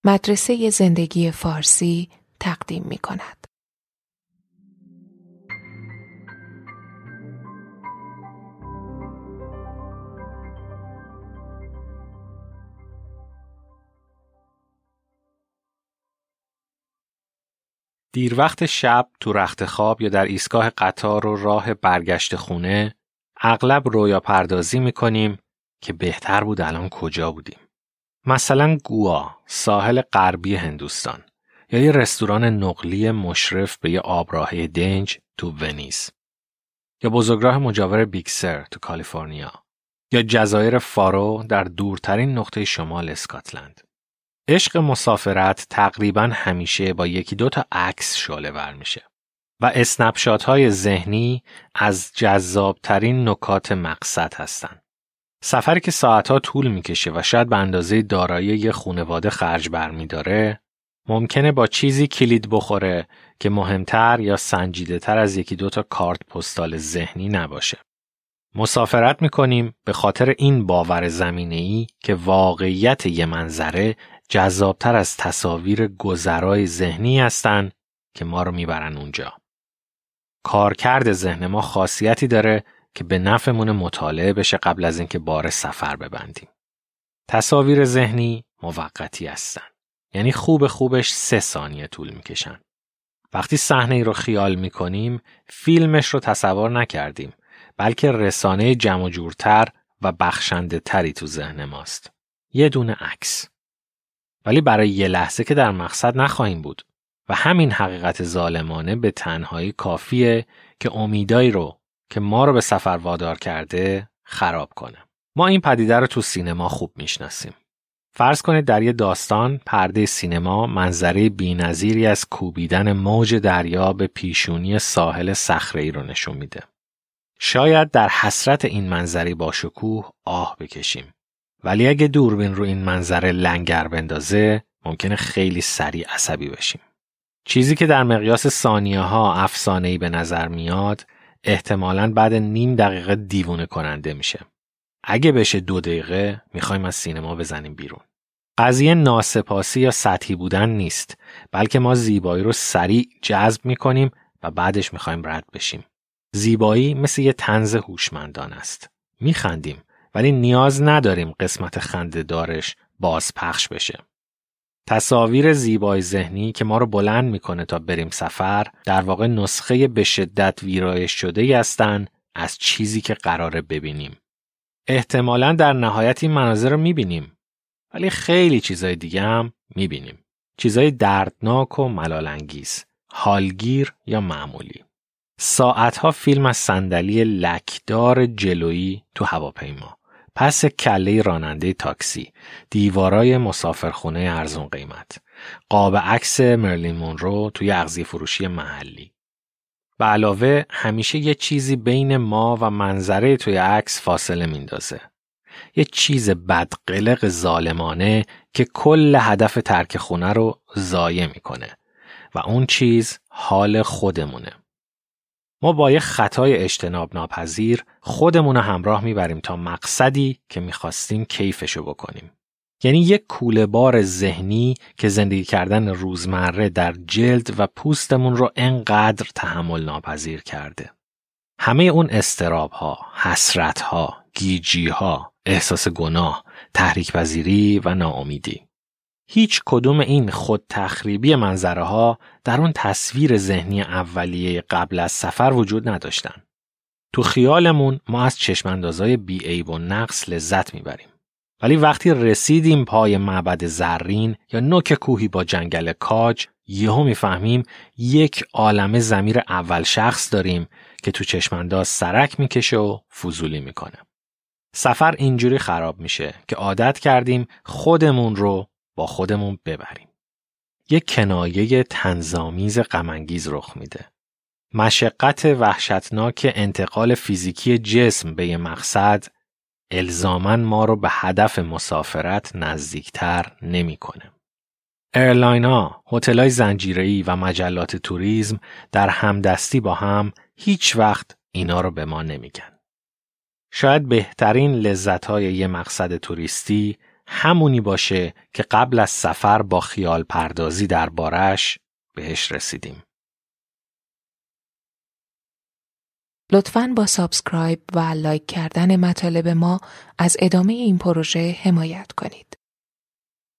مدرسه زندگی فارسی تقدیم می کند. دیر وقت شب تو رخت خواب یا در ایستگاه قطار و راه برگشت خونه اغلب رویا پردازی میکنیم که بهتر بود الان کجا بودیم. مثلا گوا، ساحل غربی هندوستان، یا یه رستوران نقلی مشرف به یه آبراهه دنج تو ونیز، یا بزرگراه مجاور بیگ سر تو کالیفرنیا، یا جزایر فارو در دورترین نقطه شمال اسکاتلند. عشق مسافرت تقریباً همیشه با یکی دو تا عکس شعله‌ور میشه و اسنپشات های ذهنی از جذابترین نکات مقصد هستن. سفری که ساعتها طول میکشه و شاید به اندازه دارایی یه خانواده خرج برمیداره، ممکنه با چیزی کلید بخوره که مهمتر یا سنجیده تر از یکی دو تا کارت پستال ذهنی نباشه. مسافرت میکنیم به خاطر این باور زمینه‌ای که واقعیت یه منظره جذابتر از تصاویر گذرای ذهنی هستن که ما رو میبرن اونجا. کارکرد ذهن ما خاصیتی داره که به نفعمون مطالعه بشه قبل از اینکه بار سفر ببندیم. تصاویر ذهنی موقتی هستن. یعنی خوبش 3 ثانیه طول میکشن. وقتی صحنه‌ای رو خیال میکنیم، فیلمش رو تصور نکردیم، بلکه رسانه جمع جورتر و بخشنده تری تو ذهن ماست. یه دونه عکس. ولی برای یه لحظه که در مقصد نخواهیم بود و همین حقیقت ظالمانه به تنهایی کافیه که امیدایی رو که ما رو به سفر وادار کرده خراب کنه. ما این پدیده رو تو سینما خوب میشناسیم. فرض کنید در یه داستان پرده سینما منظره بی‌نظیری از کوبیدن موج دریا به پیشونی ساحل صخره‌ای رو نشون میده. شاید در حسرت این منظره با شکوه آه بکشیم. ولی اگه دوربین رو این منظره لنگر بندازه، ممکنه خیلی سریع عصبی بشیم. چیزی که در مقیاس ثانیه‌ها افسانه‌ای به نظر میاد، احتمالاً بعد نیم دقیقه دیوونه کننده میشه. اگه بشه 2 دقیقه، میخوایم از سینما بزنیم بیرون. قضیه ناسپاسی یا سطحی بودن نیست، بلکه ما زیبایی رو سریع جذب میکنیم و بعدش میخوایم رد بشیم. زیبایی مثل یه طنز هوشمندانه است. میخندیم، ولی نیاز نداریم قسمت خنده‌دارش بازپخش بشه. تصاویر زیبای ذهنی که ما رو بلند میکنه تا بریم سفر، در واقع نسخه به شدت ویرایش شده‌ای هستن از چیزی که قراره ببینیم. احتمالاً در نهایت این مناظر رو میبینیم، ولی خیلی چیزای دیگه هم میبینیم. چیزای دردناک و ملال‌انگیز، حالگیر یا معمولی. ساعتها فیلم از صندلی لکدار جلویی تو هواپیما، پس کله راننده تاکسی، دیوارای مسافرخونه ارزون قیمت، قاب عکس مرلین مونرو توی اغذیه فروشی محلی. به علاوه همیشه یه چیزی بین ما و منظره توی عکس فاصله میندازه. یه چیز بدقلق ظالمانه که کل هدف ترک خونه رو ضایع میکنه و اون چیز حال خودمونه. ما با یه خطای اجتناب ناپذیر خودمون رو همراه میبریم تا مقصدی که میخواستیم کیفشو بکنیم. یعنی یک کوله بار ذهنی که زندگی کردن روزمره در جلد و پوستمون رو انقدر تحمل ناپذیر کرده. همه اون اضطراب‌ها، حسرت‌ها، گیجی‌ها، احساس گناه، تحریک‌پذیری و ناامیدی. هیچ کدوم این خود تخریبی منظره ها در اون تصویر ذهنی اولیه قبل از سفر وجود نداشتن. تو خیالمون ما از چشماندازهای بی‌عیب و نقص لذت میبریم. ولی وقتی رسیدیم پای معبد زرین یا نوک کوهی با جنگل کاج، یهو میفهمیم یک عالمه ضمیر اول شخص داریم که تو چشمانداز سرک میکشه و فضولی میکنه. سفر اینجوری خراب میشه که عادت کردیم خودمون رو با خودمون ببریم. یک کنایه طنزآمیز غم‌انگیز رخ میده. مشقت وحشتناک انتقال فیزیکی جسم به یه مقصد الزاماً ما رو به هدف مسافرت نزدیکتر نمی‌کنه. ایرلاین‌ها، هتل‌های زنجیره‌ای و مجلات توریسم در همدستی با هم هیچ وقت اینا رو به ما نمیگن. شاید بهترین لذت‌های یه مقصد توریستی همونی باشه که قبل از سفر با خیال پردازی دربارش بهش رسیدیم. لطفاً با سابسکرایب و لایک کردن مطالب ما از ادامه این پروژه حمایت کنید.